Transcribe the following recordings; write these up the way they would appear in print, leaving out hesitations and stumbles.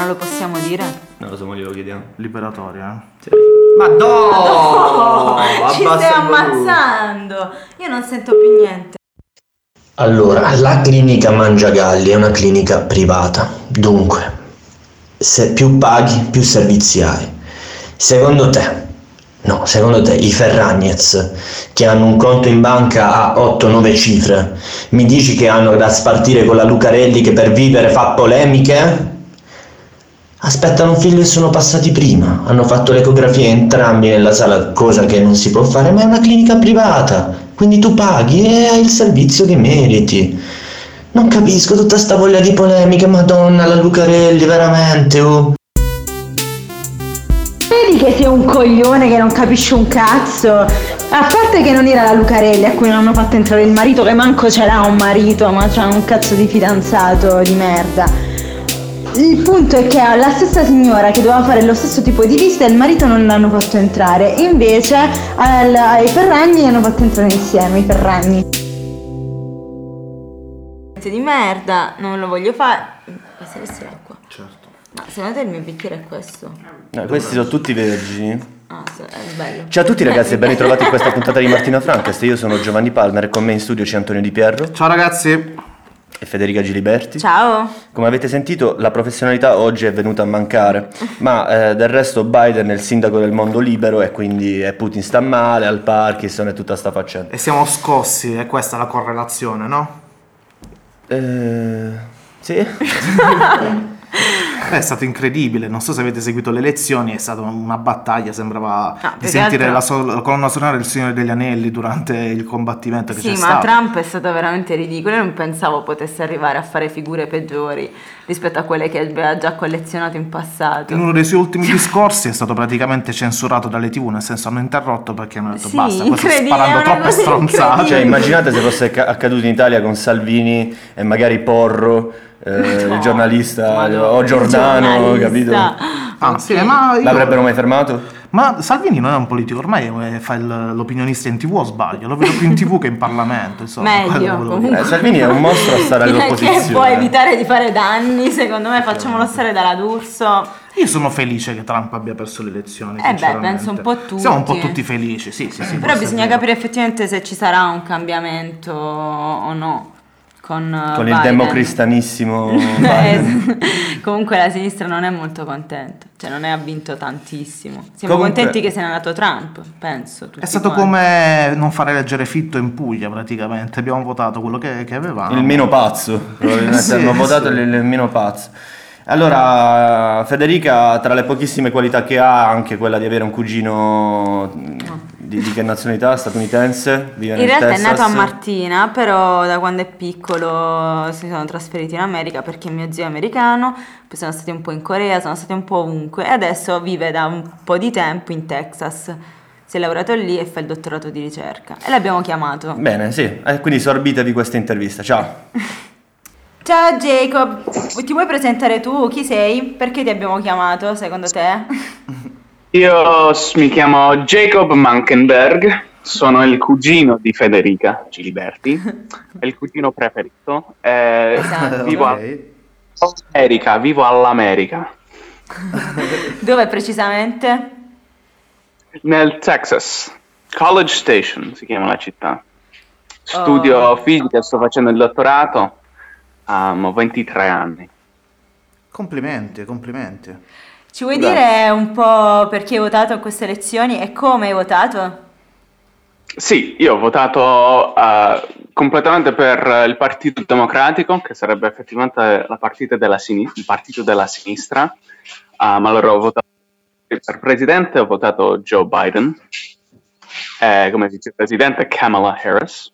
non lo possiamo dire? Non lo so, ma glielo chiediamo. Liberatoria, Sì. Ma no! Ci stai ammazzando! Io non sento più niente. Allora, la clinica Mangiagalli è una clinica privata, dunque, se più paghi, più servizi hai. Secondo te i Ferragnez, che hanno un conto in banca a 8-9 cifre, mi dici che hanno da spartire con la Lucarelli che per vivere fa polemiche? Aspettano un figlio e sono passati prima, hanno fatto l'ecografia entrambi nella sala, cosa che non si può fare, ma è una clinica privata, quindi tu paghi e hai il servizio che meriti. Non capisco tutta sta voglia di polemiche, madonna, la Lucarelli, veramente, oh. Vedi che sei un coglione che non capisce un cazzo. A parte che non era la Lucarelli a cui non hanno fatto entrare il marito, che manco ce l'ha un marito, ma c'ha un cazzo di fidanzato di merda. Il punto è che la stessa signora che doveva fare lo stesso tipo di visita, il marito non l'hanno fatto entrare, invece ai Ferragni li hanno fatto entrare insieme, i Ferragni. Di merda, non lo voglio fare. Questa è l'acqua. certo. Ma secondo te il mio bicchiere è questo? Questi sono tutti vergini. Ah, è bello. Ciao a tutti ragazzi e ben ritrovati in questa puntata di Martina Francast. Io sono Giovanni Palmer e con me in studio c'è Antonio Di Pierro Ciao ragazzi. e Federica Giliberti. Ciao. Come avete sentito, la professionalità oggi è venuta a mancare, ma del resto Biden è il sindaco del mondo libero e quindi Putin sta male, al Parkinson e tutta sta faccenda. E siamo scossi, è questa la correlazione, no? Sì? È stato incredibile, non so se avete seguito le elezioni, è stata una battaglia, sembrava No, di più che sentire altro- la colonna sonora del Signore degli Anelli durante il combattimento che Sì, c'è ma stato. Trump è stato veramente ridicolo. Io non pensavo potesse arrivare a fare figure peggiori rispetto a quelle che aveva già collezionato in passato. In uno dei suoi ultimi discorsi è stato praticamente censurato dalle TV, nel senso hanno interrotto perché hanno detto Sì, basta, questo sta incredibile, sparando è una troppe cosa stronzate. incredibile. Cioè immaginate se fosse accaduto in Italia con Salvini e magari Porro, il giornalista, Madonna, o Giordano, il capito? giornalista. Ah, sì, ma, L'avrebbero mai fermato? ma Salvini non è un politico, ormai fa l'opinionista in TV, o sbaglio? Lo vedo più in TV che in Parlamento, insomma. Meglio, quello volevo dire. comunque. Salvini è un mostro a stare Che all'opposizione. può evitare di fare danni, secondo me facciamolo stare dalla D'Urso. Io sono felice che Trump abbia perso le elezioni. Beh, sinceramente. penso un po' tutti. Siamo un po' tutti felici, sì. Però forse è bisogna vero. capire effettivamente se ci sarà un cambiamento o no con Con il Biden. democristianissimo Biden. Comunque la sinistra non è molto contenta, cioè non è ha vinto tantissimo. Siamo Comunque- contenti che se n'è andato Trump, penso. Tutti È stato quanti. come non fare eleggere Fitto in Puglia, praticamente. Abbiamo votato quello che avevamo. Il meno pazzo, probabilmente Sì, hanno votato sì. il meno pazzo. Allora, Federica, tra le pochissime qualità che ha, anche quella di avere un cugino di che nazionalità? Statunitense? Vive In nel realtà è Texas. nato a Martina, però da quando è piccolo si sono trasferiti in America perché mio zio è americano, poi sono stati un po' in Corea, sono stati un po' ovunque e adesso vive da un po' di tempo in Texas. Si è laureato lì e fa il dottorato di ricerca e l'abbiamo chiamato. Bene, sì, quindi sorbitevi questa intervista. Ciao. Ciao Jacob, ti vuoi presentare tu? Chi sei? Perché ti abbiamo chiamato secondo te? Io mi chiamo Jacob Mankenberg, sono il cugino di Federica Giliberti, è il cugino preferito. Esatto. Vivo Ok. vivo all'America, Dove precisamente? nel Texas, College Station si chiama la città. Studio fisica, sto facendo il dottorato, ho 23 anni. Complimenti. Ci vuoi Grazie. dire un po' perché hai votato in queste elezioni e come hai votato? Sì, io ho votato completamente per il Partito Democratico, che sarebbe effettivamente il partito della sinistra, ma allora ho votato per presidente, ho votato Joe Biden, come vicepresidente Kamala Harris,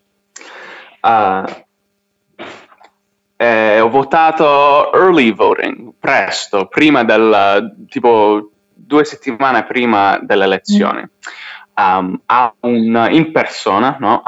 ho votato early voting, presto, prima tipo 2 settimane prima delle elezioni. In persona, no?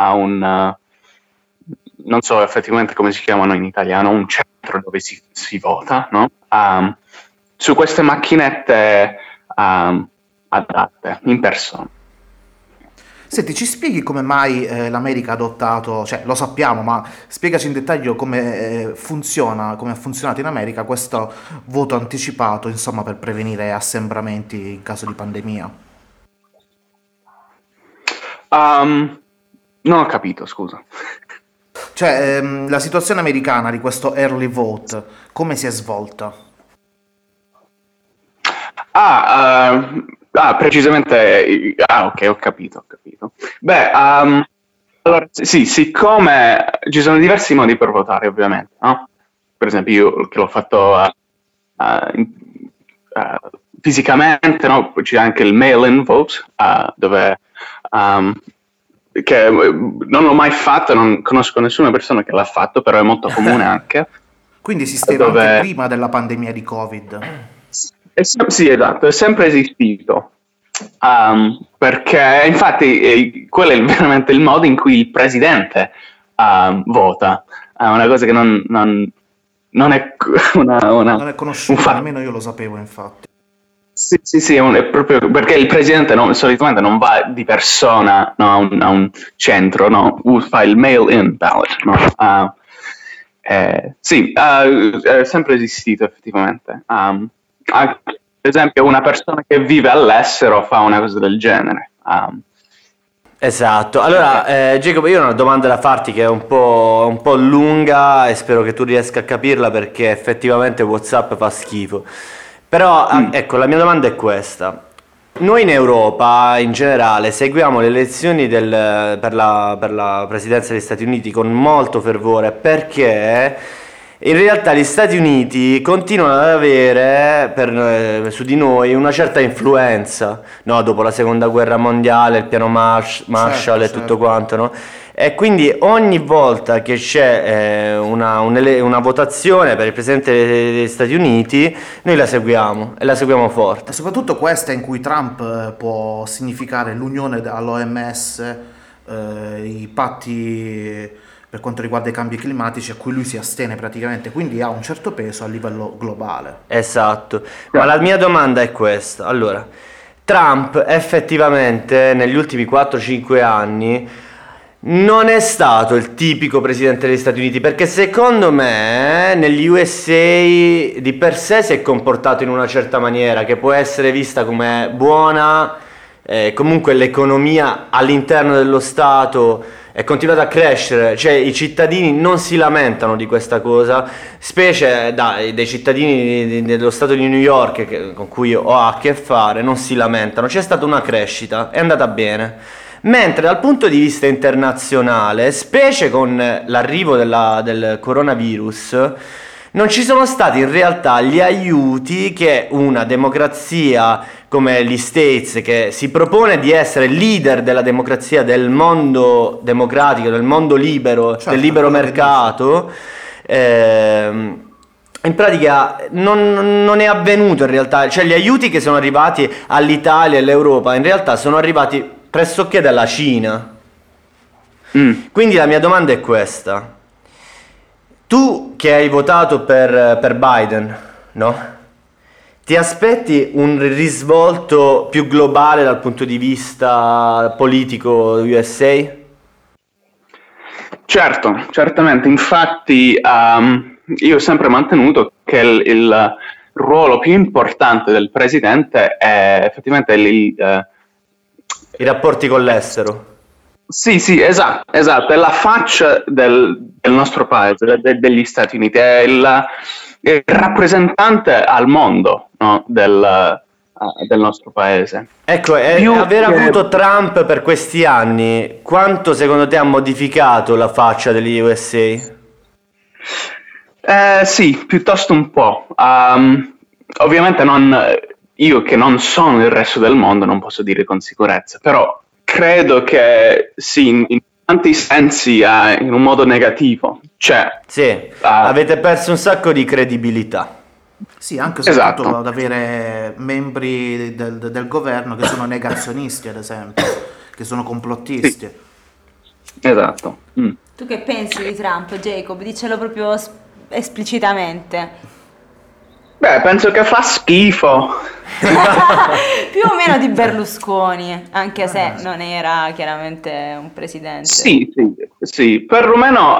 Non so effettivamente come si chiamano in italiano, un centro dove si vota, no? Su queste macchinette adatte, in persona. Senti, ci spieghi come mai l'America ha adottato, cioè lo sappiamo, ma spiegaci in dettaglio come come ha funzionato in America questo voto anticipato, insomma, per prevenire assembramenti in caso di pandemia. Non ho capito, scusa. Cioè, la situazione americana di questo early vote, come si è svolta? Precisamente. Ok, ho capito. Beh, allora, sì, siccome ci sono diversi modi per votare, ovviamente, no? Per esempio, io che l'ho fatto fisicamente, no? Poi c'è anche il mail-in vote, dove che non l'ho mai fatto, non conosco nessuna persona che l'ha fatto, però è molto comune anche. Quindi esisteva anche prima della pandemia di Covid. Sì, esatto, è sempre esistito. Perché infatti quello è veramente il modo in cui il presidente vota. È una cosa che non è Non è conosciuto, nemmeno io lo sapevo, infatti. Sì, è proprio perché il presidente solitamente non va di persona, no, a un centro, no, fa il mail-in ballot, no? Sì, è sempre esistito effettivamente. Per esempio, una persona che vive all'estero fa una cosa del genere. Esatto, allora Jacob, io ho una domanda da farti che è un po' lunga e spero che tu riesca a capirla perché effettivamente WhatsApp fa schifo. Però ecco, la mia domanda è questa. Noi in Europa in generale seguiamo le elezioni per la presidenza degli Stati Uniti con molto fervore perché in realtà gli Stati Uniti continuano ad avere su di noi una certa influenza, no? Dopo la seconda guerra mondiale, il piano Marshall e tutto quanto, no? E quindi ogni volta che c'è una votazione per il presidente degli Stati Uniti, noi la seguiamo e la seguiamo forte. E soprattutto questa in cui Trump può significare l'unione all'OMS, i patti per quanto riguarda i cambi climatici a cui lui si astiene praticamente, quindi ha un certo peso a livello globale. Esatto, ma la mia domanda è questa. Allora, Trump effettivamente negli ultimi 4-5 anni non è stato il tipico presidente degli Stati Uniti, perché secondo me negli USA di per sé si è comportato in una certa maniera che può essere vista come buona, comunque l'economia all'interno dello Stato è continuata a crescere, cioè i cittadini non si lamentano di questa cosa, specie dei cittadini dello Stato di New York con cui ho a che fare, non si lamentano, c'è stata una crescita, è andata bene. Mentre dal punto di vista internazionale, specie con l'arrivo del coronavirus, non ci sono stati in realtà gli aiuti che una democrazia come gli States, che si propone di essere leader della democrazia, del mondo democratico, del mondo libero, Certo, del libero quello che mercato, in pratica non è avvenuto in realtà. Cioè gli aiuti che sono arrivati all'Italia e all'Europa in realtà sono arrivati pressoché dalla Cina. Quindi la mia domanda è questa: tu che hai votato per Biden, no? Ti aspetti un risvolto più globale dal punto di vista politico USA? Certo, certamente. Infatti, io ho sempre mantenuto che il ruolo più importante del presidente è effettivamente I rapporti con l'estero. Sì, esatto, è la faccia del nostro paese, degli Stati Uniti, è il rappresentante al mondo, no, del nostro paese. Ecco, aver avuto Trump per questi anni, quanto secondo te ha modificato la faccia degli USA? Sì, piuttosto un po'. Ovviamente io che non sono il resto del mondo non posso dire con sicurezza, però credo che sì, in tanti sensi in un modo negativo. Sì, avete perso un sacco di credibilità. Sì, anche soprattutto Esatto. ad avere membri del governo che sono negazionisti, ad esempio, che sono complottisti. Esatto. Tu che pensi di Trump, Jacob? Dicelo proprio esplicitamente. Beh, penso che fa schifo. Più o meno di Berlusconi, anche se non era chiaramente un presidente. Sì, perlomeno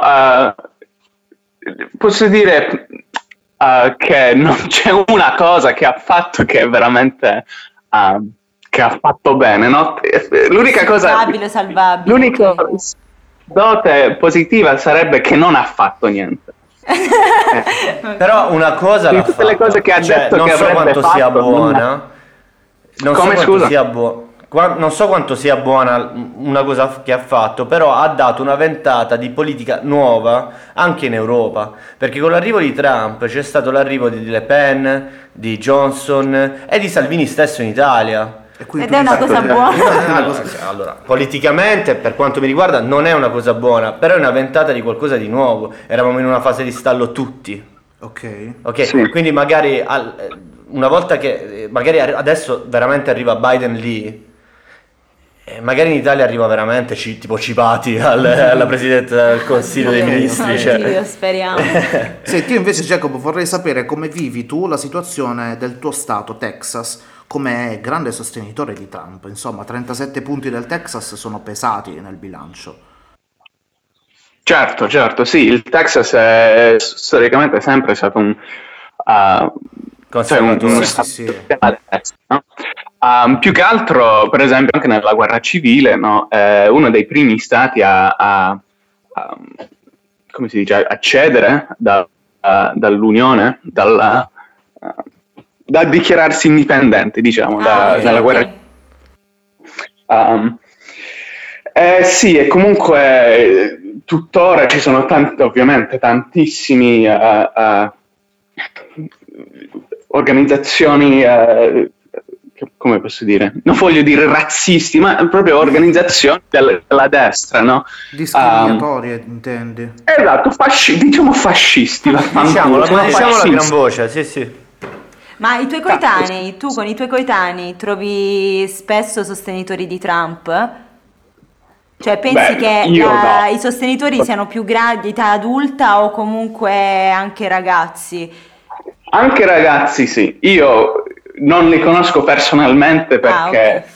posso dire che non c'è una cosa che ha fatto che veramente che ha fatto bene, no? L'unica cosa, salvabile. l'unica Okay. dote positiva sarebbe che non ha fatto niente. Però una cosa Di l'ha tutte le fatta. cose che ha detto non che so avrebbe quanto fatto, sia non buona. Non so Come, quanto scusa? sia non so quanto sia buona una cosa che ha fatto, però ha dato una ventata di politica nuova anche in Europa, perché con l'arrivo di Trump c'è stato l'arrivo di Le Pen, di Johnson e di Salvini stesso in Italia. Ed è una cosa buona. Allora, politicamente, per quanto mi riguarda, non è una cosa buona, però è una ventata di qualcosa di nuovo. Eravamo in una fase di stallo tutti. Ok, Sì. quindi magari una volta che magari adesso veramente arriva Biden lì, magari in Italia arriva veramente tipo Cipati alla Presidenza del Consiglio dei Ministri. Oddio, speriamo. Senti, io invece, Jacopo, vorrei sapere come vivi tu la situazione del tuo stato, Texas, come grande sostenitore di Trump. Insomma, 37 punti del Texas sono pesati nel bilancio. Certo, sì, il Texas è storicamente sempre stato un Conservatore. uno Sì, stato sì. a destra, no? Più che altro, per esempio, anche nella guerra civile, no? Uno dei primi stati come si dice, a cedere dall'unione, da dichiararsi indipendenti, diciamo, dalla guerra. Sì, e comunque tuttora ci sono ovviamente tantissimi organizzazioni, come posso dire, non voglio dire razzisti, ma proprio organizzazioni della destra, no? Discriminatorie, intendi? Esatto, diciamo fascisti. Diciamolo a fascisti. gran voce, sì. Ma i tuoi coetanei, tu con i tuoi coetanei trovi spesso sostenitori di Trump? Cioè pensi che io no. i sostenitori siano più grandi, età adulta o comunque anche ragazzi? Anche ragazzi, sì. Io non li conosco personalmente perché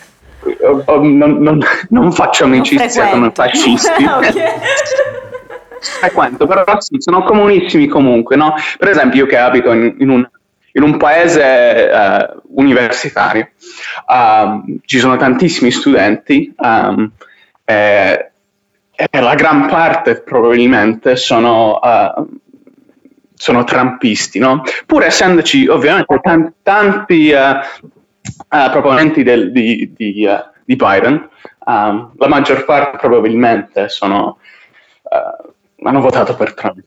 non faccio amicizia con fascisti. Frequento, però sì, sono comunissimi comunque, no? Per esempio, io che abito in un paese universitario, ci sono tantissimi studenti e la gran parte probabilmente sono trumpisti, no? Pur essendoci ovviamente tanti proponenti di Biden, la maggior parte probabilmente hanno votato per Trump.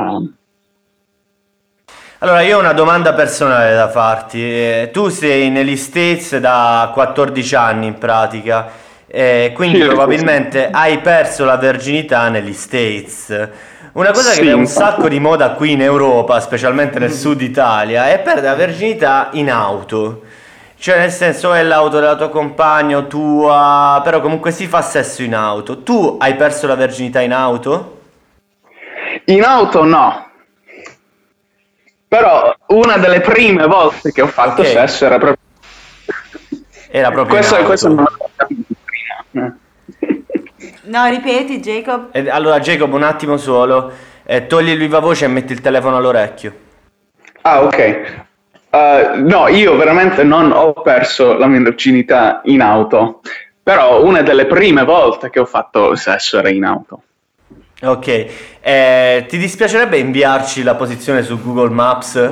Allora, io ho una domanda personale da farti. Tu sei negli States da 14 anni in pratica, quindi Sì, probabilmente hai perso la verginità negli States. Una cosa che Sì, è un infatti. sacco di moda qui in Europa, specialmente nel sud Italia, è perdere la verginità in auto. Cioè, nel senso, è l'auto della tua compagna o tua, però comunque si fa sesso in auto. Tu hai perso la verginità in auto? In auto no. Però una delle prime volte che ho fatto Ok. sesso era proprio in auto. questo non l'ho capito prima. No, ripeti Jacob? Allora, Jacob, un attimo solo, togli il viva voce e metti il telefono all'orecchio. Ah, ok. No, io veramente non ho perso la mia virginità in auto, però una delle prime volte che ho fatto sesso era in auto. Ok, ti dispiacerebbe inviarci la posizione su Google Maps?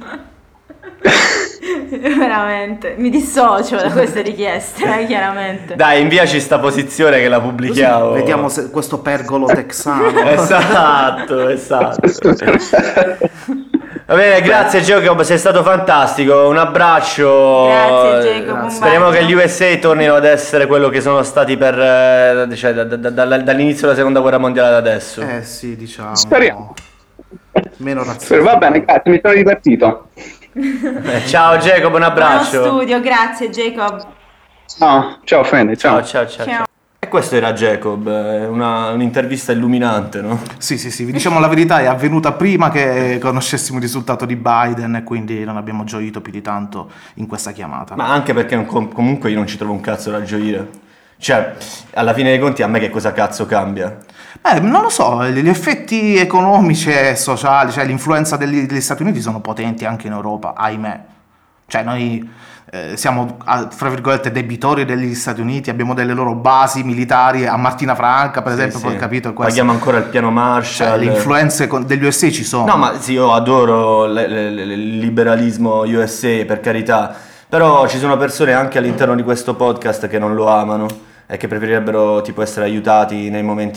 Veramente, mi dissocio da queste richieste, chiaramente. Dai, inviaci sta posizione che la pubblichiamo. Vediamo se questo pergolo texano. Esatto. Va bene, grazie Jacob, sei stato fantastico, un abbraccio. Grazie Jacob, un Speriamo bacio. che gli USA tornino ad essere quello che sono stati cioè, dall'inizio della seconda guerra mondiale ad adesso. Sì, diciamo. Speriamo. Meno razzismo. Va bene, grazie, mi sono divertito. Ciao Jacob, un Buono abbraccio. studio, grazie Jacob. Ciao Fede, ciao. Ciao. Ecco, questo era Jacob, un'intervista illuminante, no? Sì, vi diciamo la verità, è avvenuta prima che conoscessimo il risultato di Biden e quindi non abbiamo gioito più di tanto in questa chiamata. Ma anche perché comunque io non ci trovo un cazzo da gioire. Cioè, alla fine dei conti a me che cosa cazzo cambia? Non lo so, gli effetti economici e sociali, cioè l'influenza degli Stati Uniti sono potenti anche in Europa, ahimè. Cioè noi siamo, fra virgolette, debitori degli Stati Uniti, abbiamo delle loro basi militari a Martina Franca, per esempio, poi capito? Paghiamo ancora il piano Marshall. Cioè, le influenze degli USA ci sono. No, ma sì, io adoro il liberalismo USA, per carità, però ci sono persone anche all'interno di questo podcast che non lo amano e che preferirebbero tipo essere aiutati nei momenti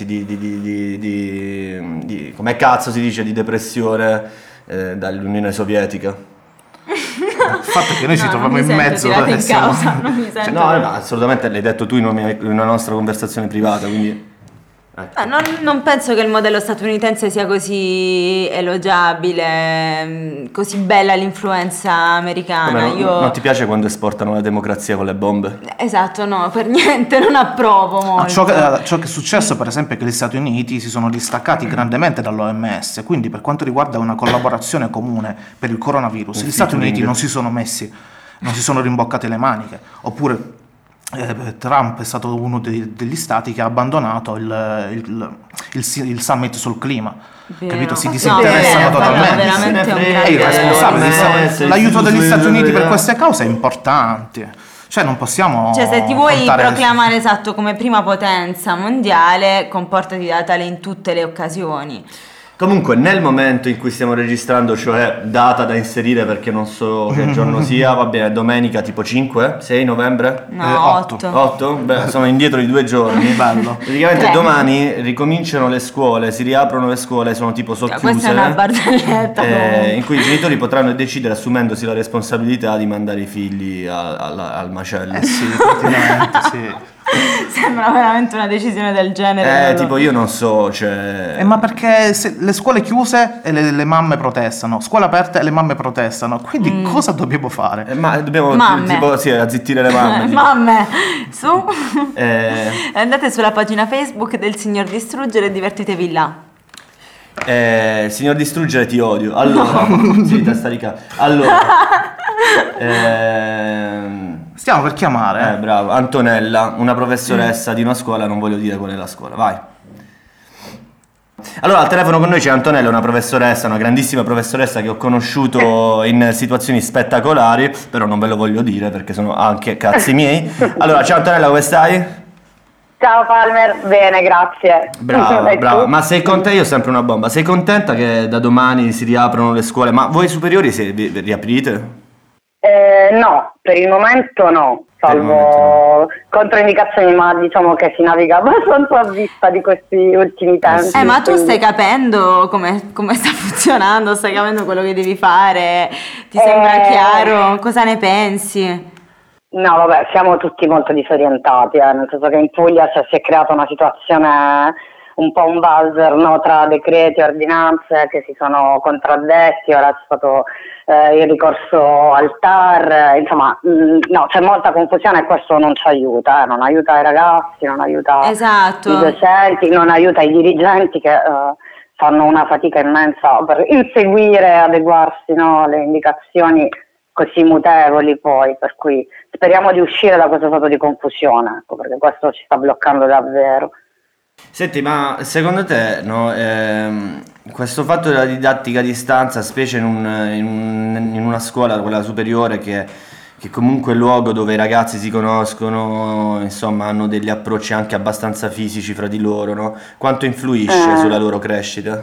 di come cazzo si dice, di depressione dall'Unione Sovietica. Il fatto è che noi ci troviamo in mezzo. Non mi sento No, assolutamente, l'hai detto tu in una nostra conversazione privata, quindi... Non penso che il modello statunitense sia così elogiabile, così bella l'influenza americana. Non ti piace quando esportano la democrazia con le bombe? Esatto, no, per niente, non approvo molto. Ciò che è successo, per esempio, è che gli Stati Uniti si sono distaccati grandemente dall'OMS, quindi per quanto riguarda una collaborazione comune per il coronavirus, gli Stati Uniti non si sono rimboccati le maniche, oppure Trump è stato uno degli stati che ha abbandonato il summit sul clima. Vero. Capito? Si disinteressano totalmente. È irresponsabile. L'aiuto degli Stati Uniti per queste cause è importante. Cioè non possiamo. Cioè, se ti vuoi proclamare esatto come prima potenza mondiale, comportati da tale in tutte le occasioni. Comunque, nel momento in cui stiamo registrando, cioè data da inserire perché non so che giorno sia, va bene, domenica tipo 5, 6 novembre? No, 8. 8? Beh, sono indietro di 2 giorni. Bello. Praticamente 3. Domani ricominciano le scuole, si riaprono le scuole, sono tipo socchiuse. Questa è una barzelletta. In cui i genitori potranno decidere, assumendosi la responsabilità di mandare i figli al macello. Sì, praticamente, sì. Sembra veramente una decisione del genere. Tipo io non so, cioè... Ma perché le scuole chiuse e le mamme protestano, scuole aperte e le mamme protestano, quindi cosa dobbiamo fare? Ma dobbiamo Mamme. tipo azzittire le mamme. tipo. Mamme, su. Andate sulla pagina Facebook del Signor Distruggere e divertitevi là. Signor Distruggere, ti odio. Allora, sì, testa di cazzo. Allora, Stiamo per chiamare. bravo, Antonella, una professoressa di una scuola, non voglio dire qual è la scuola, vai. Allora, al telefono con noi c'è Antonella, una professoressa, una grandissima professoressa che ho conosciuto in situazioni spettacolari, però non ve lo voglio dire perché sono anche cazzi miei. Allora, ciao Antonella, come stai? Ciao Palmer, bene, grazie. Brava, E brava. tu? Ma sei contenta? Io ho sempre una bomba. Sei contenta che da domani si riaprono le scuole? Ma voi superiori vi riaprite? No, per il momento no, salvo controindicazioni, ma diciamo che si naviga abbastanza a vista di questi ultimi tempi. Ma tu quindi- stai capendo come sta funzionando? Stai capendo quello che devi fare? Ti sembra chiaro? Cosa ne pensi? No, vabbè, siamo tutti molto disorientati, nel senso che in Puglia si è creata una situazione un po' un buzzer, no, tra decreti e ordinanze che si sono contraddetti, ora c'è stato il ricorso al TAR, insomma, no, c'è molta confusione e questo non ci aiuta, non aiuta i ragazzi, non aiuta Esatto. i docenti, non aiuta i dirigenti che fanno una fatica immensa per inseguire e adeguarsi, no, alle indicazioni così mutevoli poi, per cui speriamo di uscire da questo stato di confusione, ecco, perché questo ci sta bloccando davvero. Senti, ma secondo te, no, questo fatto della didattica a distanza, specie in una scuola, quella superiore, che comunque è il luogo dove i ragazzi si conoscono, insomma, hanno degli approcci anche abbastanza fisici fra di loro, no? Quanto influisce sulla loro crescita?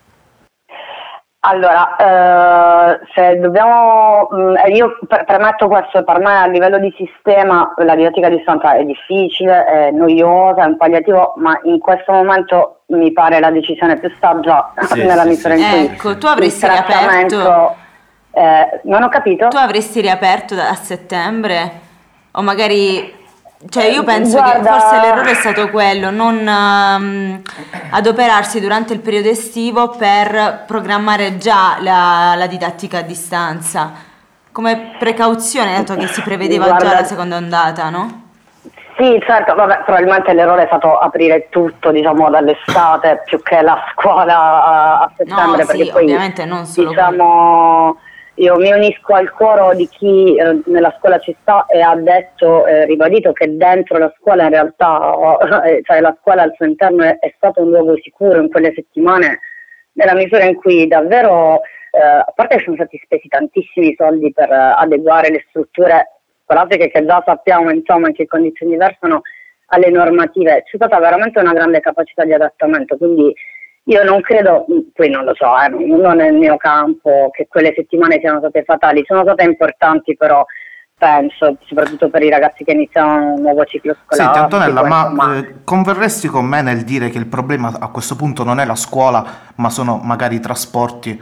Allora, se dobbiamo, io premetto questo, per me a livello di sistema la didattica a distanza è difficile, è noiosa, è un palliativo, ma in questo momento mi pare la decisione più saggia nella misura in cui Ecco, tu avresti il trattamento, riaperto? non ho capito? Tu avresti riaperto a settembre? O magari... Cioè io penso Guarda, che forse l'errore è stato quello, non adoperarsi durante il periodo estivo per programmare già la didattica a distanza, come precauzione, dato che si prevedeva già Guarda, la seconda ondata, no? Sì, certo, vabbè, probabilmente l'errore è stato aprire tutto, diciamo, dall'estate più che la scuola a settembre, No, perché sì, poi, ovviamente non solo diciamo, io mi unisco al coro di chi nella scuola ci sta e ha detto, ribadito che dentro la scuola in realtà, cioè la scuola al suo interno è stato un luogo sicuro in quelle settimane, nella misura in cui davvero, a parte che sono stati spesi tantissimi soldi per adeguare le strutture scolastiche che già sappiamo insomma in che condizioni versano alle normative, c'è stata veramente una grande capacità di adattamento, quindi io non credo, qui non lo so, non è il mio campo, che quelle settimane siano state fatali, sono state importanti però penso, soprattutto per i ragazzi che iniziano un nuovo ciclo scolastico. Senti Antonella, ma insomma. converresti con me nel dire che il problema a questo punto non è la scuola, ma sono magari i trasporti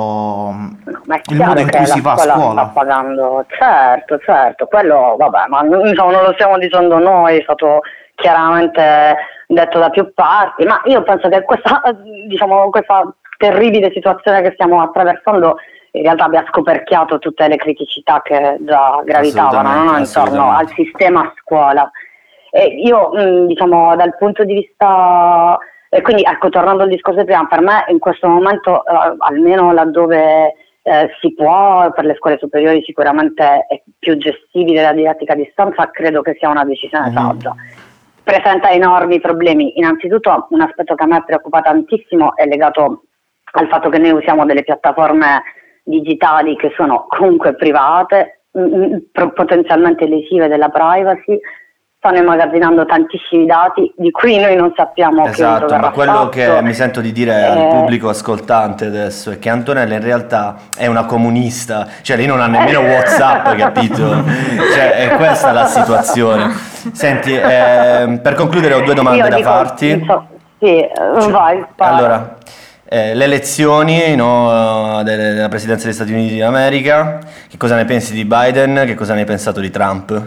o No, ma è il chiaro modo in che cui la si va a sta scuola? pagando, certo, quello vabbè, ma diciamo, non lo stiamo dicendo noi, è stato chiaramente detto da più parti, ma io penso che questa, diciamo, questa terribile situazione che stiamo attraversando in realtà abbia scoperchiato tutte le criticità che già gravitavano, no? Intorno al sistema scuola. E io, diciamo, dal punto di vista, e quindi ecco, tornando al discorso di prima, per me in questo momento, almeno laddove si può, per le scuole superiori sicuramente è più gestibile la didattica a distanza, credo che sia una decisione saggia. Presenta enormi problemi. Innanzitutto un aspetto che a me preoccupa tantissimo è legato al fatto che noi usiamo delle piattaforme digitali che sono comunque private, potenzialmente lesive della privacy, stanno immagazzinando tantissimi dati di cui noi non sappiamo che uso Esatto, verrà ma quello fatto. che mi sento di dire al pubblico ascoltante adesso è che Antonella in realtà è una comunista, cioè lei non ha nemmeno WhatsApp, capito? Cioè, è questa la situazione. Senti, per concludere ho due domande Io da dico, farti. Sì, vai, spara. Allora, le elezioni, no, della presidenza degli Stati Uniti d'America, che cosa ne pensi di Biden? Che cosa ne hai pensato di Trump?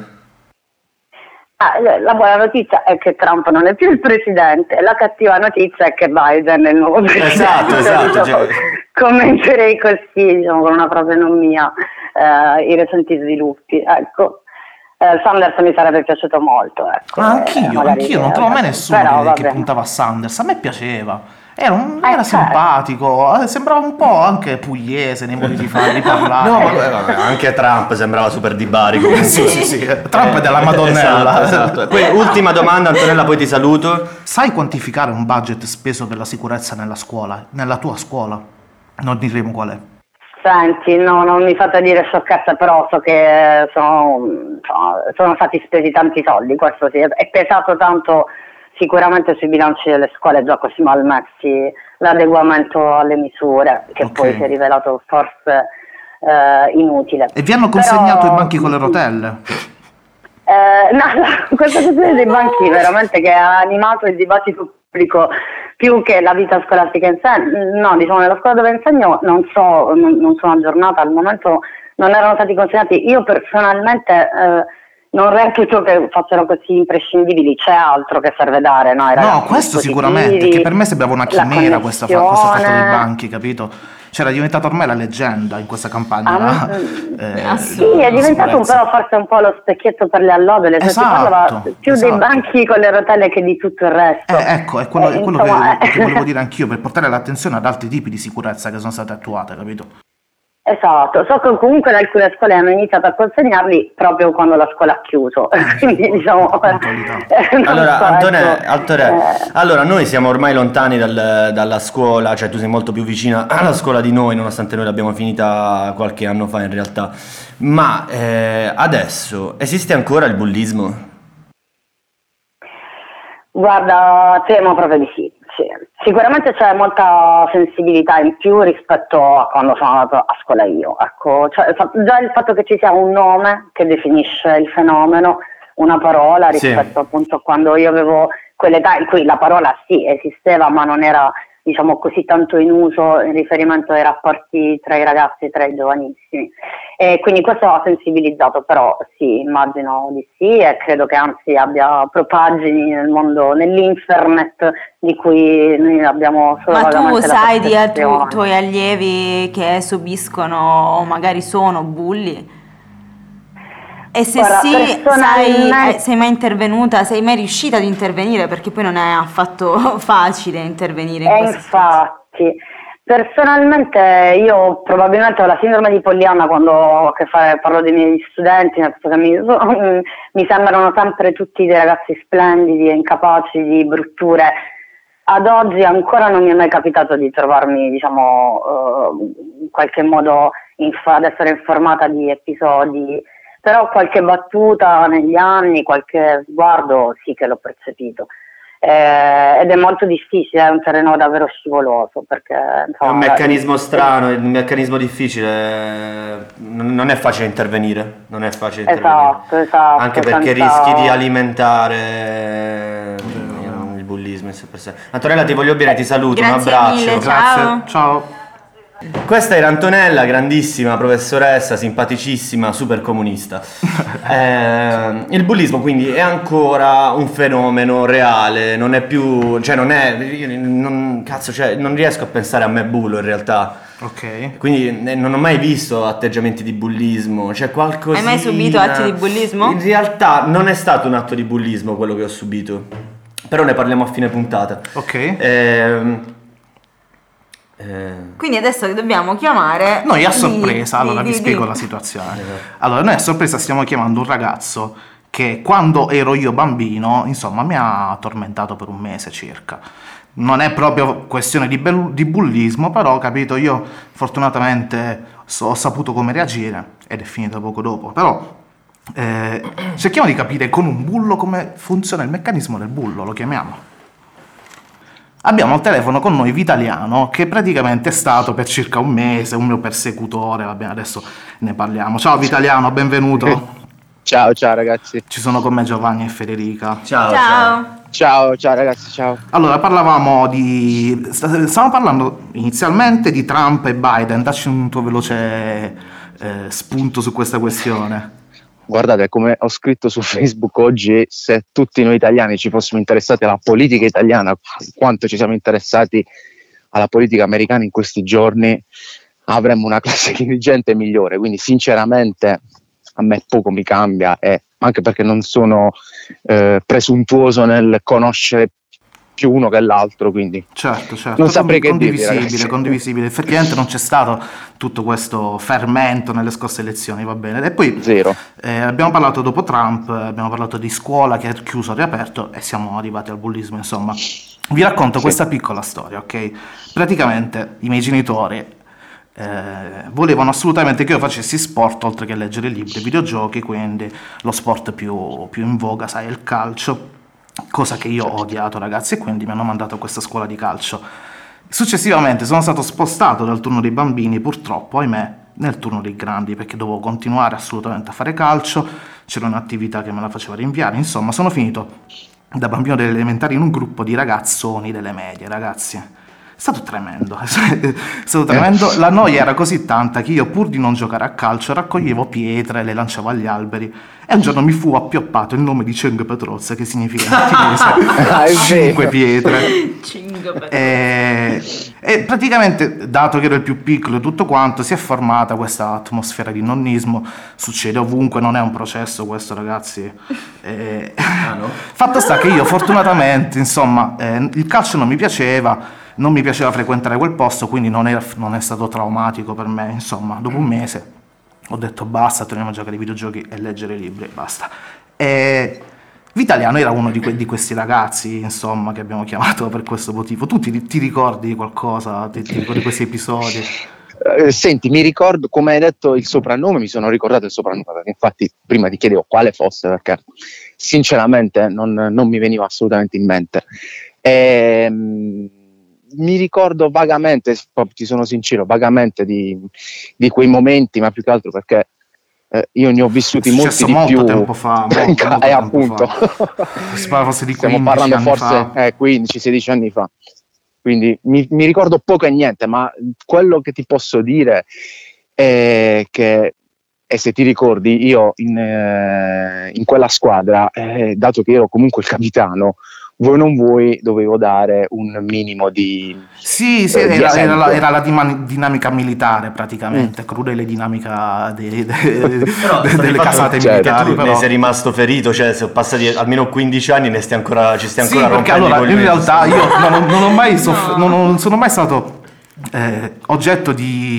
La buona notizia è che Trump non è più il presidente, la cattiva notizia è che Biden è il nuovo presidente. Esatto. Diciamo, commenterei così, diciamo, con una frase non mia, i recenti sviluppi. Ecco. Sanders mi sarebbe piaciuto molto. Ecco, Anch'io, non trovo mai nessuno però, che puntava a Sanders, a me piaceva. Era certo. simpatico, sembrava un po' anche pugliese nei modi di fare, di parlare. No, vabbè, anche Trump sembrava super di barico. sì. Trump è della Madonnella. Esatto. Poi ultima domanda, Antonella, poi ti saluto. Sai quantificare un budget speso per la sicurezza nella scuola? Nella tua scuola? Non diremo qual è. Senti, no, non mi fate dire sciocchezza, però so che sono stati spesi tanti soldi, questo sì, è pesato tanto sicuramente sui bilanci delle scuole già così mal messi l'adeguamento alle misure, che poi si è rivelato forse inutile. E vi hanno consegnato i banchi con le rotelle? No, questa questione dei banchi veramente che ha animato il dibattito pubblico più che la vita scolastica in sé. No, diciamo nella scuola dove insegno non sono aggiornata, al momento non erano stati consegnati. Io personalmente non reputo che fossero così imprescindibili, c'è altro che serve dare, no? No, questo sicuramente, che per me sembrava una chimera questo fatto dei banchi, capito? C'era diventata ormai la leggenda in questa campagna. Sì, è diventato però forse un po' lo specchietto per le allodole, si parlava più dei banchi con le rotelle che di tutto il resto. Ecco, è quello che volevo dire anch'io, per portare l'attenzione ad altri tipi di sicurezza che sono state attuate, capito? Esatto, so che comunque alcune scuole hanno iniziato a consegnarli proprio quando la scuola ha chiuso, quindi diciamo... Allora, Antonella, allora noi siamo ormai lontani dalla scuola, cioè tu sei molto più vicina alla scuola di noi, nonostante noi l'abbiamo finita qualche anno fa in realtà, ma adesso esiste ancora il bullismo? Guarda, temo proprio di sì. Sicuramente c'è molta sensibilità in più rispetto a quando sono andata a scuola io. Ecco, cioè, già il fatto che ci sia un nome che definisce il fenomeno, una parola rispetto appunto a quando io avevo quell'età in cui la parola sì esisteva ma non era diciamo così tanto in uso in riferimento ai rapporti tra i ragazzi e tra i giovanissimi, e quindi questo ha sensibilizzato, però sì, immagino di sì, e credo che anzi abbia propagini nel mondo, nell'internet di cui noi abbiamo solo ma vagamente tu la sai di percezione. tuoi allievi che subiscono o magari sono bulli? E se Guarda, sì, personalmente- sei mai intervenuta, sei mai riuscita ad intervenire? Perché poi non è affatto facile intervenire in questa situazione. infatti, personalmente io probabilmente ho la sindrome di Pollyanna quando ho a che fare, parlo dei miei studenti, nel senso che mi sembrano sempre tutti dei ragazzi splendidi e incapaci di brutture. Ad oggi ancora non mi è mai capitato di trovarmi, diciamo, in qualche modo ad essere informata di episodi, però qualche battuta negli anni, qualche sguardo sì che l'ho percepito. Ed è molto difficile, è un terreno davvero scivoloso perché È insomma, un meccanismo strano, è un meccanismo difficile, non è facile intervenire, non è facile intervenire. esatto, Anche perché senza- rischi di alimentare il bullismo in sé per sé. Antonella, ti voglio bene, ti saluto, un Grazie abbraccio. mille, Grazie, ciao. Questa era Antonella, grandissima professoressa, simpaticissima, super comunista. Il bullismo quindi è ancora un fenomeno reale, non è più, cioè non è, non riesco a pensare a me bullo in realtà. Ok. Quindi non ho mai visto atteggiamenti di bullismo, c'è qualcosa. Hai mai subito atti di bullismo? In realtà non è stato un atto di bullismo quello che ho subito, però ne parliamo a fine puntata. Ok. Quindi adesso dobbiamo chiamare... Noi a di- sorpresa, allora vi spiego la situazione. Allora, noi a sorpresa stiamo chiamando un ragazzo che quando ero io bambino, insomma, mi ha tormentato per un mese circa. Non è proprio questione di bullismo, però, capito, io fortunatamente ho saputo come reagire ed è finita poco dopo. Però cerchiamo di capire con un bullo come funziona il meccanismo del bullo, lo chiamiamo. Abbiamo al telefono con noi Vitaliano, che praticamente è stato per circa un mese un mio persecutore, va bene, adesso ne parliamo. Ciao Vitaliano, benvenuto. Ciao ragazzi. Ci sono con me Giovanni e Federica. Ciao. Ciao ragazzi, ciao. Allora, stavamo parlando inizialmente di Trump e Biden, dacci un tuo veloce spunto su questa questione. Guardate, come ho scritto su Facebook oggi, se tutti noi italiani ci fossimo interessati alla politica italiana, quanto ci siamo interessati alla politica americana in questi giorni, avremmo una classe dirigente migliore. Quindi sinceramente a me poco mi cambia, anche perché non sono presuntuoso nel conoscere più uno che l'altro, quindi Certo, non saprei che dirvi, condivisibile. Effettivamente non c'è stato tutto questo fermento nelle scorse elezioni, va bene. E poi zero. abbiamo parlato dopo Trump, abbiamo parlato di scuola che è chiuso, riaperto e siamo arrivati al bullismo, insomma. Vi racconto questa piccola storia, ok? Praticamente i miei genitori volevano assolutamente che io facessi sport oltre che leggere libri e videogiochi, quindi lo sport più in voga, sai, è il calcio. Cosa che io ho odiato, ragazzi, e quindi mi hanno mandato a questa scuola di calcio. Successivamente sono stato spostato dal turno dei bambini, purtroppo, ahimè, nel turno dei grandi, perché dovevo continuare assolutamente a fare calcio, c'era un'attività che me la faceva rinviare, insomma, sono finito da bambino delle elementari in un gruppo di ragazzoni delle medie, ragazzi. È stato tremendo, è stato tremendo. La noia era così tanta che io, pur di non giocare a calcio, raccoglievo pietre, le lanciavo agli alberi. E un giorno mi fu appioppato il nome di Ceng Petrozza, che significa in cinese 5 pietre. E praticamente, dato che ero il più piccolo e tutto quanto, si è formata questa atmosfera di nonnismo. Succede ovunque, non è un processo questo, ragazzi. No? Fatto sta che io fortunatamente, insomma, il calcio non mi piaceva frequentare quel posto, quindi non è stato traumatico per me. Insomma, dopo un mese ho detto basta, torniamo a giocare ai videogiochi e leggere libri, basta. E Vitaliano era uno di questi ragazzi, insomma, che abbiamo chiamato per questo motivo. Tu ti ricordi qualcosa, ti ricordi questi episodi? Senti, mi ricordo, come hai detto il soprannome, mi sono ricordato il soprannome, perché infatti prima ti chiedevo quale fosse, perché sinceramente non mi veniva assolutamente in mente. Mi ricordo vagamente, ti sono sincero, vagamente di quei momenti, ma più che altro perché io ne ho vissuti molti di molto più. Tempo fa, appunto. Si parla forse di 15 Stiamo parlando anni forse fa. 15-16 anni fa. Quindi mi ricordo poco e niente, ma quello che ti posso dire è che, e se ti ricordi, io in quella squadra, dato che ero comunque il capitano, voi non vuoi, dovevo dare un minimo di... Sì, era la dinamica militare praticamente, crudele dinamica delle casate militari. Tu ne sei rimasto ferito, cioè se sono passati almeno 15 anni ci stai ancora perché rompendo allora, in realtà io non No. sono mai stato oggetto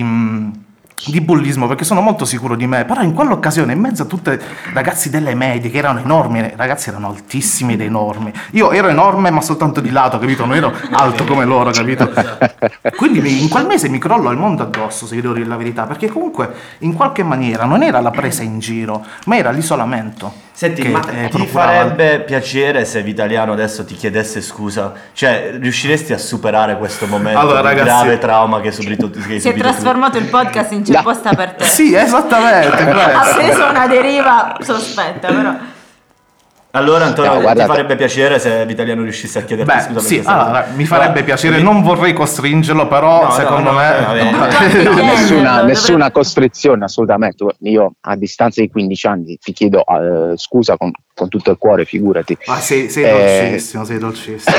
di bullismo, perché sono molto sicuro di me, però in quell'occasione, in mezzo a tutti ragazzi delle medie che erano enormi, ragazzi erano altissimi ed enormi, io ero enorme ma soltanto di lato, capito? Non ero alto come loro, capito? Quindi in quel mese mi crollò il mondo addosso, se vi devo dire la verità, perché comunque in qualche maniera non era la presa in giro, ma era l'isolamento. Senti, ma ti farebbe piacere se Vitaliano adesso ti chiedesse scusa? Cioè, riusciresti a superare questo momento di ragazzi, grave trauma che hai subito? Si è trasformato il podcast in c'è posta per te. Sì, esattamente. Ha preso una deriva sospetta, però. Allora Antonio, ti guardate. farebbe piacere se Vitaliano riuscisse a chiederti scusa? Sì, perché allora, mi farebbe piacere, non vorrei costringerlo, però secondo me... Nessuna costrizione, assolutamente. Io a distanza di 15 anni ti chiedo scusa con tutto il cuore, figurati. Ma sei dolcissimo, sei dolcissimo.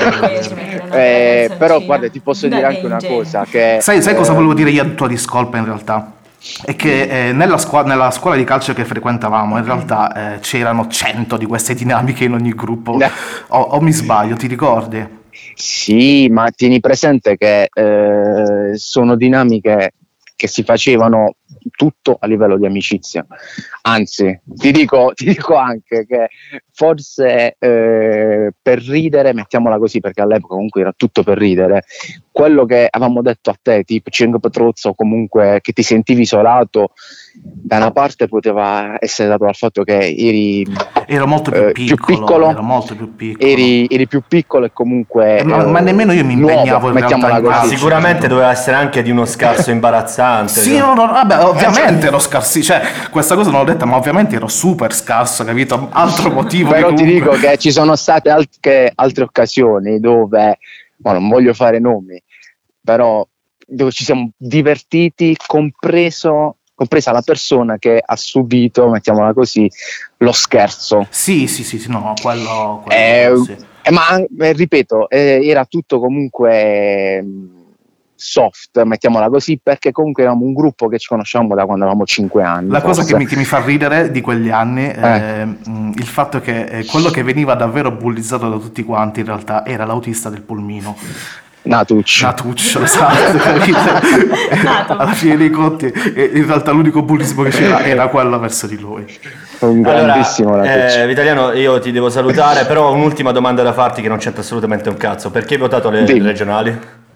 Però guarda, ti posso dire anche una cosa, che sai cosa volevo dire io a tua discolpa in realtà? È che nella scuola di calcio che frequentavamo in realtà c'erano 100 di queste dinamiche in ogni gruppo, o mi sbaglio, ti ricordi? Sì, ma tieni presente che sono dinamiche che si facevano tutto a livello di amicizia. Anzi, ti dico anche che forse per ridere, mettiamola così, perché all'epoca comunque era tutto per ridere, quello che avevamo detto a te, tipo Cinque Petruzzo, o comunque che ti sentivi isolato, da una parte poteva essere dato dal fatto che ero molto più piccolo, ero molto più piccolo. Eri più piccolo e comunque ma nemmeno io mi impegnavo in mettiamola realtà così. Sicuramente doveva essere anche di uno scarso imbarazzante. Sì, vabbè, ovviamente ero scarsi, cioè questa cosa non l'ho detta, ma ovviamente ero super scarso, capito? Altro motivo. Però comunque... ti dico che ci sono state anche altre occasioni dove, non voglio fare nomi, però dove ci siamo divertiti, compresa la persona che ha subito, mettiamola così, lo scherzo. Sì, no, quello sì. Ma ripeto, era tutto comunque soft, mettiamola così, perché comunque eravamo un gruppo che ci conosciamo da quando avevamo 5 anni. La cosa che mi fa ridere di quegli anni è il fatto che quello che veniva davvero bullizzato da tutti quanti in realtà era l'autista del pulmino. Natuccio, esatto, capito? Alla fine dei conti in realtà l'unico bullismo che c'era era quello verso di lui. Un grandissimo Natuccio. Vitaliano, io ti devo salutare, però ho un'ultima domanda da farti che non c'entra assolutamente un cazzo. Perché hai votato le regionali?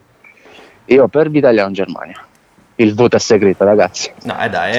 Io per Vitaliano in Germania. Il voto è segreto, ragazzi. No, dai,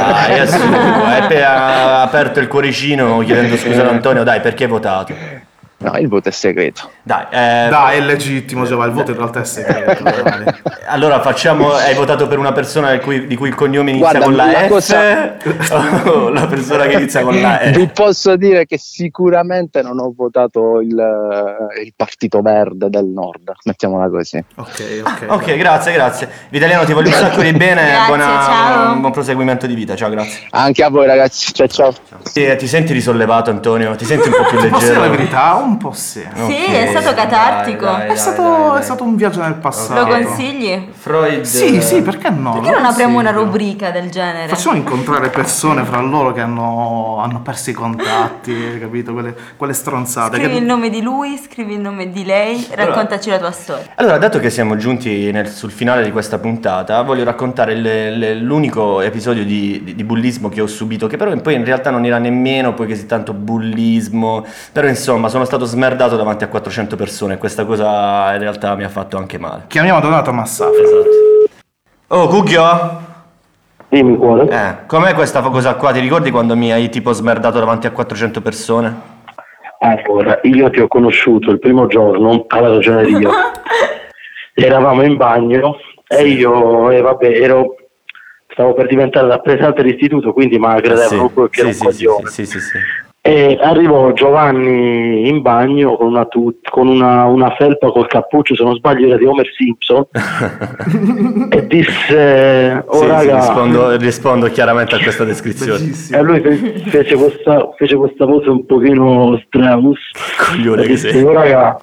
ha aperto il cuoricino chiedendo scusa ad Antonio, dai, perché hai votato? No, il voto è segreto. Dai, è legittimo, Giovanni, il voto in realtà è segreto. Allora hai votato per una persona di cui il cognome inizia con la F o la persona che inizia con la E? Vi posso dire che sicuramente non ho votato il Partito Verde del Nord, mettiamola così. Ok, grazie. Vitaliano, ti voglio un sacco di bene. Grazie, buon proseguimento di vita, ciao, grazie. Anche a voi, ragazzi, ciao. Ti senti risollevato, Antonio? Ti senti un po' più Posso dire leggero? la verità? Un po' sì. Sì, è stato catartico. Dai. È stato un viaggio nel passato. Lo consigli? Freud. Sì, perché no? Perché non apriamo una rubrica del genere? Facciamo incontrare persone fra loro che hanno perso i contatti, capito? Quelle stronzate. Scrivi il nome di lui, scrivi il nome di lei, raccontaci la tua storia. Allora, dato che siamo giunti sul finale di questa puntata, voglio raccontare l'unico episodio di bullismo che ho subito, che però poi in realtà non era nemmeno poi così tanto bullismo, però insomma sono stato smerdato davanti a 400 persone e questa cosa in realtà mi ha fatto anche male. Chiamiamo Donato Massafra. Esatto. Oh, Cucchio? Dimmi, cuore. Com'è questa cosa qua? Ti ricordi quando mi hai tipo smerdato davanti a 400 persone? Allora, io ti ho conosciuto il primo giorno alla ragioneria. Eravamo in bagno e io, stavo per diventare rappresentante dell'istituto, quindi ma credevo proprio che era un coglione. Sì. E arrivò Giovanni in bagno con una felpa col cappuccio, se non sbaglio era di Homer Simpson, e disse: raga, rispondo chiaramente a questa descrizione. E lui fece questa voce un pochino Strauss. Coglione che sei. Raga,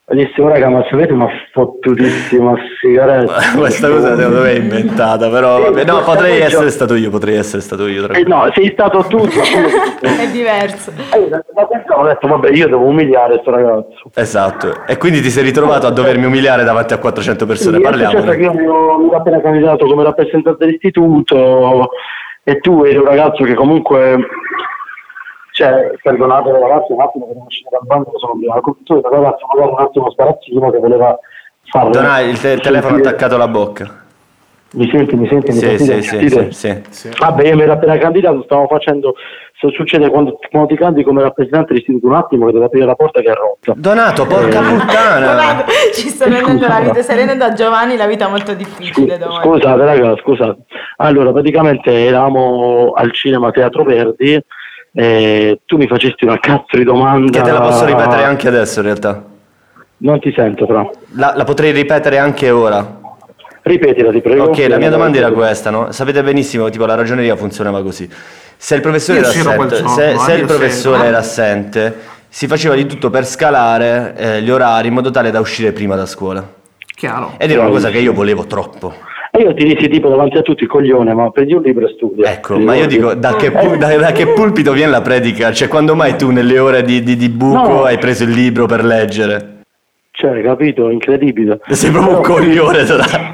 Disse, raga, ma sapete una fottutissima sigaretta? Questa cosa secondo me è inventata, però vabbè, no, potrei essere stato io. No, sei stato tu. È diverso. Ho detto, vabbè, io devo umiliare questo ragazzo. Esatto, e quindi ti sei ritrovato a dovermi umiliare davanti a 400 persone, parliamo. Certo che io mi ero appena candidato come rappresentante dell'istituto e tu eri un ragazzo che comunque, cioè, perdonate ragazzi, un attimo che non uscite dal banco, sono prima, tu eri un ragazzo magari un attimo sparazzino che voleva fare... Donai, il telefono attaccato alla bocca. Mi senti? Sì. Vabbè, io mi ero appena candidato, stavo facendo, se succede quando ti candidi come rappresentante dell'istituto, un attimo che devo aprire la porta che è rotta. Donato, porca puttana! Guarda, ci sto rendendo la vita, stai rendendo a Giovanni la vita molto difficile domani. Scusate raga, scusate. Allora, praticamente eravamo al cinema Teatro Verdi e tu mi facesti una cazzo di domanda... Che te la posso ripetere anche adesso in realtà. Non ti sento però. La potrei ripetere anche ora. Ripetila, ti prego. Ok, la mia domanda era questa, no? Sapete benissimo, tipo la ragioneria funzionava così. Se il professore era assente, se il professore era assente, si faceva di tutto per scalare gli orari in modo tale da uscire prima da scuola. Chiaro. Ed era una cosa che io volevo troppo. E io ti dissi tipo davanti a tutti, coglione, ma prendi un libro e studia. Ecco, ma io dico, da che pulpito viene la predica? Cioè, quando mai tu nelle ore di buco hai preso il libro per leggere? Cioè, capito? Incredibile. Sei proprio un coglione.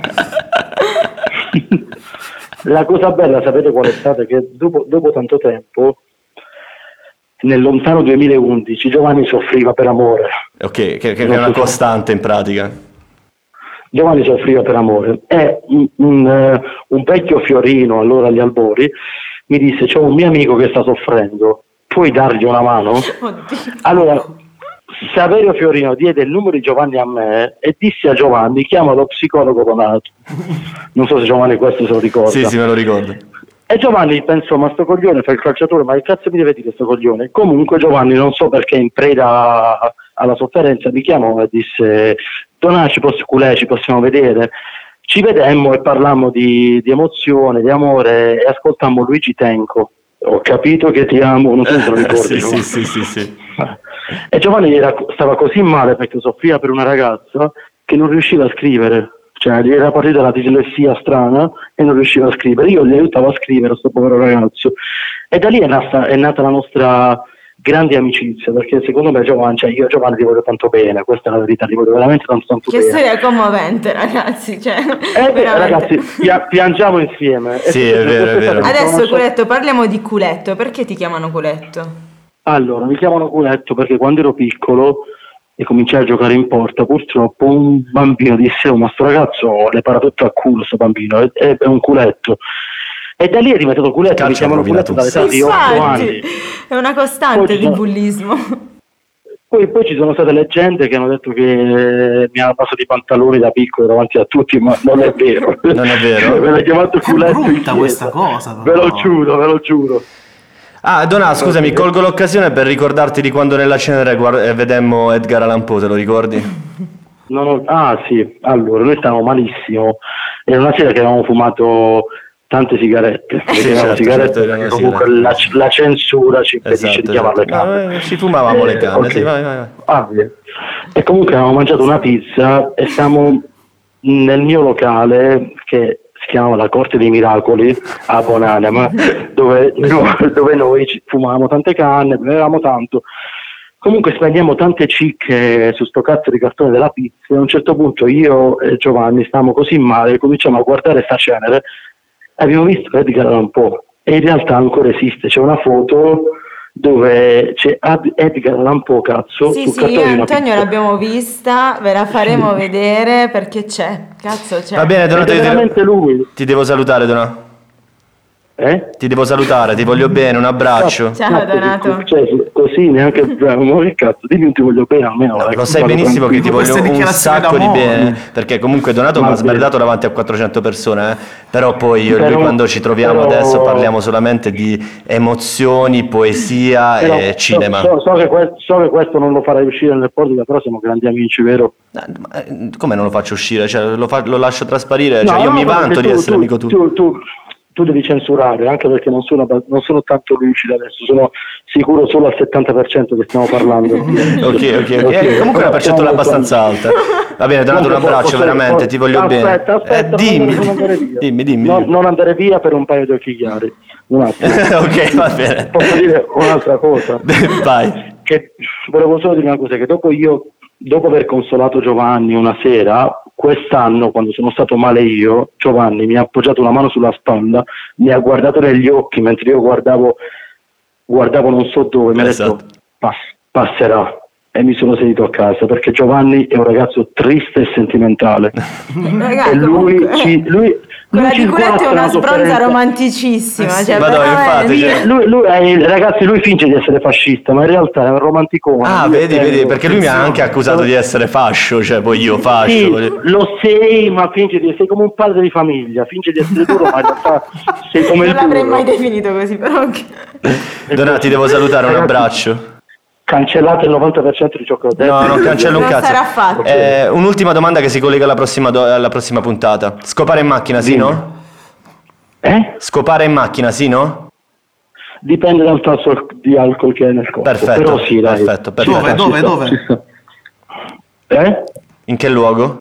La cosa bella, sapete qual è stata? Che dopo tanto tempo, nel lontano 2011, Giovanni soffriva per amore. Ok, che è una costante in pratica. Giovanni soffriva per amore e un vecchio fiorino, allora agli albori, mi disse, c'è un mio amico che sta soffrendo, puoi dargli una mano? Oddio. Allora, Saverio Fiorino diede il numero di Giovanni a me e disse a Giovanni, chiama lo psicologo Donato. Non so se Giovanni questo se lo ricorda. Sì, me lo ricordo. E Giovanni pensò, ma sto coglione fa il calciatore, ma che cazzo mi deve dire sto coglione? Comunque Giovanni, non so perché in preda alla sofferenza, mi chiamò e disse, Donato, ci possiamo vedere? Ci vedemmo e parlammo di emozione, di amore e ascoltammo Luigi Tenco. Ho capito che ti amo, non so se lo ricordi. Sì. E Giovanni stava così male perché soffriva per una ragazza che non riusciva a scrivere, cioè gli era partita la dislessia strana e non riusciva a scrivere. Io gli aiutavo a scrivere a questo povero ragazzo e da lì è nata la nostra grande amicizia, perché secondo me Giovanni, cioè io a Giovanni ti voglio tanto bene, questa è la verità, ti voglio veramente tanto che bene. Che storia commovente, ragazzi, cioè, ragazzi, piangiamo insieme. Sì, è vero. Adesso Culetto, parliamo di Culetto, perché ti chiamano Culetto? Allora, mi chiamano Culetto perché quando ero piccolo e cominciai a giocare in porta, purtroppo un bambino disse, ma sto ragazzo le para tutto a culo, sto bambino, è un culetto. E da lì è diventato Culetto, mi chiamano Culetto dall'età di 8 anni. È una costante di bullismo. Poi ci sono state leggende che hanno detto che mi hanno passato i pantaloni da piccolo davanti a tutti, ma non è vero. Non è vero? Me l'ha chiamato Culetto. È brutta questa cosa. Ve lo giuro. Ah, Donà, scusami, colgo l'occasione per ricordarti di quando nella cenere vedemmo Edgar Allan Poe, te lo ricordi? Sì, allora, noi stavamo malissimo, era una sera che avevamo fumato tante sigarette, certo, comunque la censura ci impedisce di chiamarle canne. Ci fumavamo le canne, okay. Sì, vai. E comunque avevamo mangiato una pizza e siamo nel mio locale che si chiamava la Corte dei Miracoli a Bonanima, dove noi fumavamo tante canne, bevevamo tanto. Comunque spendiamo tante cicche su sto cazzo di cartone della pizza e a un certo punto io e Giovanni stavamo così male che cominciamo a guardare sta cenere e abbiamo visto Edgar Allan Poe e in realtà ancora esiste, c'è una foto dove c'è Edgar Allan Poe, cazzo. Sì, io e Antonio l'abbiamo vista, ve la faremo vedere perché c'è. Va bene, Donato, veramente lui. Ti devo salutare, Donato. Ti devo salutare, ti voglio bene, un abbraccio. Ciao Donato. Cioè, così neanche che cazzo, dimmi un ti voglio bene almeno. No, lo sai benissimo che ti voglio un sacco di bene, perché comunque Donato mi ha smerdato davanti a 400 persone, però poi io e lui quando ci troviamo adesso parliamo solamente di emozioni, poesia e cinema. So che questo non lo farai uscire nel podcast, però siamo grandi amici, vero? Come non lo faccio uscire? Cioè, lo lascio trasparire, cioè io mi vanto di essere amico tuo. tu devi censurare, anche perché non sono tanto lucido adesso, sono sicuro solo al 70% che stiamo parlando. Ok. Comunque una percentuale abbastanza alta. Va bene, Donato, un abbraccio, veramente, ti voglio bene. Aspetta, dimmi. Non andare via per un paio di occhi chiari. Un attimo. Ok, va bene. Posso dire un'altra cosa? Vai. Che volevo solo dire una cosa, che dopo aver consolato Giovanni una sera, quest'anno, quando sono stato male io, Giovanni mi ha appoggiato una mano sulla spalla, mi ha guardato negli occhi mentre io guardavo non so dove, mi ha detto passerà, e mi sono sedito a casa, perché Giovanni è un ragazzo triste e sentimentale. Ragazzi, E lui quella ci di Culetti è una sguazza sbronza sofferenza. romanticissima, cioè Madonna, veramente. infatti, Ragazzi, lui finge di essere fascista, ma in realtà è un romanticone. Ah, vedi, perché lui mi ha anche accusato di essere fascio, cioè poi io fascio. Sì, lo sei, ma sei come un padre di famiglia, finge di essere duro, ma in realtà sei come Non il l'avrei duro. mai definito così, però ok. Donati, devo salutare, un abbraccio. Cancellate il 90% di ciò che ho detto. No, non cancello un Non cazzo. sarà fatto. Un'ultima domanda che si collega alla prossima puntata. Scopare in macchina, sì, no? Scopare in macchina, sì, no? Dipende dal tasso di alcol che hai nel corpo. Perfetto, Però sì, dai. perfetto. Dove? In che luogo?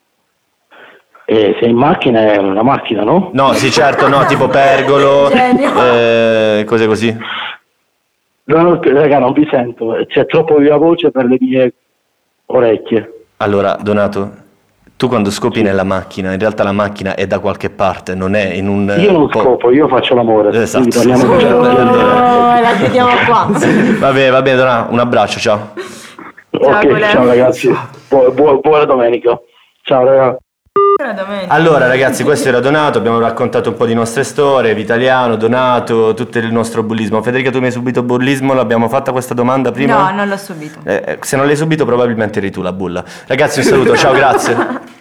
Se in macchina è una macchina, no? No, sì, certo, no, tipo pergolo, cose così. No, raga, non vi sento, c'è troppo viva voce per le mie orecchie. Allora, Donato, tu quando scopi nella macchina, in realtà la macchina è da qualche parte, non è in un... Io non scopo, io faccio l'amore. Esatto. Quindi parliamo di La chiudiamo qua. Va bene, Donato, un abbraccio, ciao. Ok, ciao ragazzi, buona domenica. Ciao ragazzi. Allora ragazzi, questo era Donato, abbiamo raccontato un po' di nostre storie, Vitaliano, Donato, tutto il nostro bullismo. Federica, tu mi hai subito bullismo? L'abbiamo fatta questa domanda prima? No, non l'ho subito. Se non l'hai subito probabilmente eri tu la bulla. Ragazzi, un saluto, ciao, grazie.